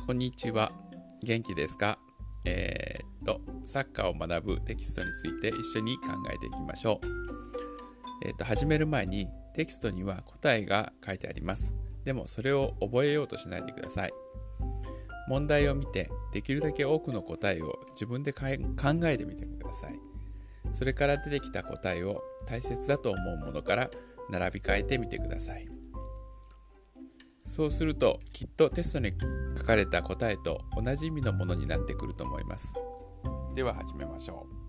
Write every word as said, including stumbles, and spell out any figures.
こんにちは。元気ですか？えー、っと、サッカーを学ぶテキストについて一緒に考えていきましょう。えー、っと、始める前にテキストには答えが書いてあります。でもそれを覚えようとしないでください。問題を見てできるだけ多くの答えを自分で考えてみてください。それから出てきた答えを大切だと思うものから並び替えてみてください。そうするときっとテストに書かれた答えと同じ意味のものになってくると思います。では始めましょう。